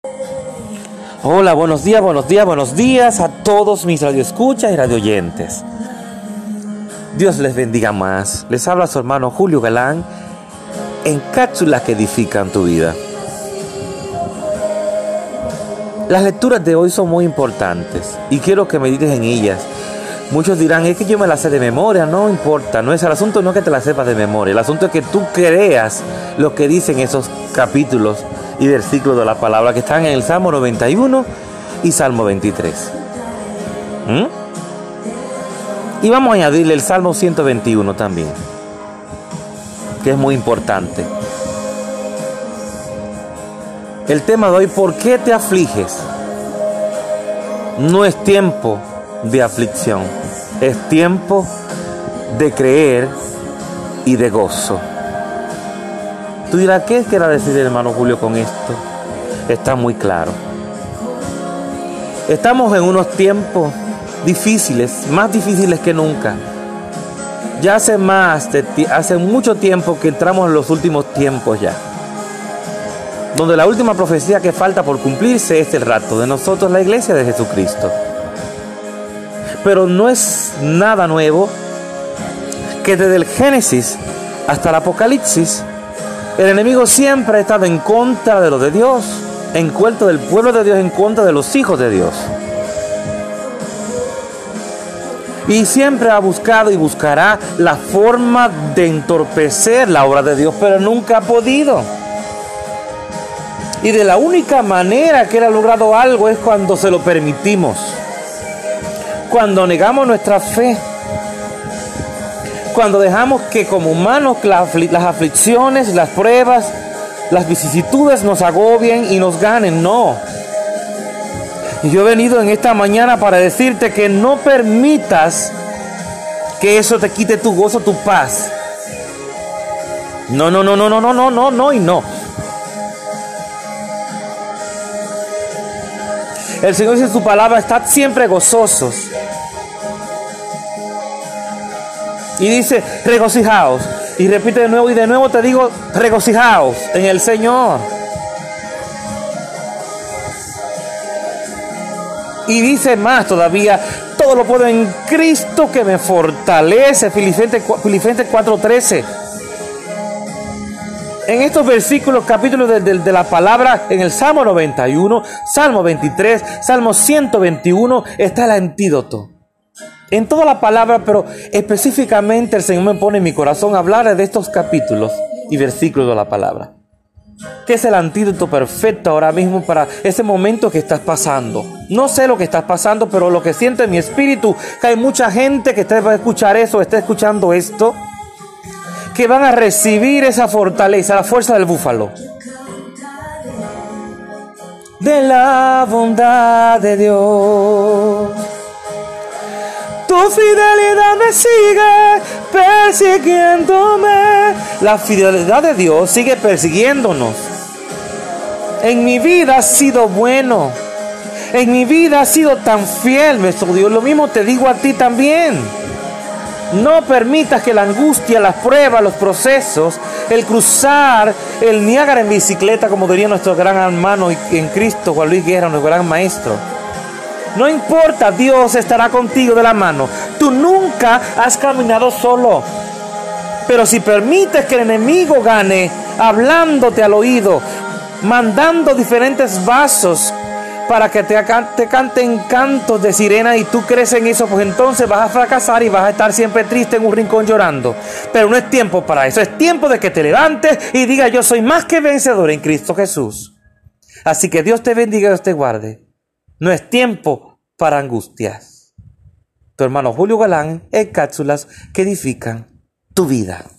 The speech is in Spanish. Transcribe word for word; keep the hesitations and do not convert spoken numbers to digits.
Hola, buenos días, buenos días, buenos días a todos mis radioescuchas y radioyentes. Dios les bendiga más. Les habla su hermano Julio Galán en cápsulas que edifican tu vida. Las lecturas de hoy son muy importantes y quiero que medites en ellas. Muchos dirán, es que yo me las sé de memoria. No importa, no es el asunto, no es que te las sepas de memoria. El asunto es que tú creas lo que dicen esos capítulos y versículos de la palabra que están en el Salmo noventa y uno y Salmo veintitrés. ¿Mm? Y vamos a añadirle el Salmo ciento veintiuno también, que es muy importante. El tema de hoy, ¿por qué te afliges? No es tiempo de aflicción, es tiempo de creer y de gozo. Tú dirás, ¿qué quiere decir el hermano Julio con esto? Está muy claro. Estamos en unos tiempos difíciles, más difíciles que nunca. Ya hace más, de, hace mucho tiempo que entramos en los últimos tiempos ya, donde la última profecía que falta por cumplirse es el rapto de nosotros, la iglesia de Jesucristo. Pero no es nada nuevo que desde el Génesis hasta el Apocalipsis, el enemigo siempre ha estado en contra de lo de Dios, en contra del pueblo de Dios, en contra de los hijos de Dios. Y siempre ha buscado y buscará la forma de entorpecer la obra de Dios, pero nunca ha podido. Y de la única manera que él ha logrado algo es cuando se lo permitimos, cuando negamos nuestra fe, cuando dejamos que como humanos las aflicciones, las pruebas, las vicisitudes nos agobien y nos ganen. No. Y yo he venido en esta mañana para decirte que no permitas que eso te quite tu gozo, tu paz. No, no, no, no, no, no, no, no, no y no. El Señor dice en su palabra, estad siempre gozosos. Y dice, regocijaos. Y repite de nuevo y de nuevo te digo, regocijaos en el Señor. Y dice más todavía, todo lo puedo en Cristo que me fortalece. Filipenses cuatro trece. En estos versículos, capítulos de, de, de la palabra, en el Salmo noventa y uno, Salmo veintitrés, Salmo ciento veintiuno, está el antídoto. En toda la palabra, pero específicamente el Señor me pone en mi corazón hablar de estos capítulos y versículos de la palabra. ¿Qué es el antídoto perfecto ahora mismo para ese momento que estás pasando? No sé lo que estás pasando, pero lo que siento en mi espíritu, que hay mucha gente que va a escuchar eso, está escuchando esto, que van a recibir esa fortaleza, la fuerza del búfalo. De la bondad de Dios. Tu fidelidad me sigue persiguiéndome. La fidelidad de Dios sigue persiguiéndonos. En mi vida ha sido bueno. En mi vida ha sido tan fiel, nuestro Dios. Lo mismo te digo a ti también. No permitas que la angustia, las pruebas, los procesos, el cruzar el Niágara en bicicleta, como diría nuestro gran hermano en Cristo, Juan Luis Guerra, nuestro gran maestro. No importa, Dios estará contigo de la mano. Tú nunca has caminado solo. Pero si permites que el enemigo gane, hablándote al oído, mandando diferentes vasos para que te, te canten cantos de sirena y tú crees en eso, pues entonces vas a fracasar y vas a estar siempre triste en un rincón llorando. Pero no es tiempo para eso. Es tiempo de que te levantes y digas, yo soy más que vencedor en Cristo Jesús. Así que Dios te bendiga y Dios te guarde. No es tiempo para angustias. Tu hermano Julio Galán en cápsulas que edifican tu vida.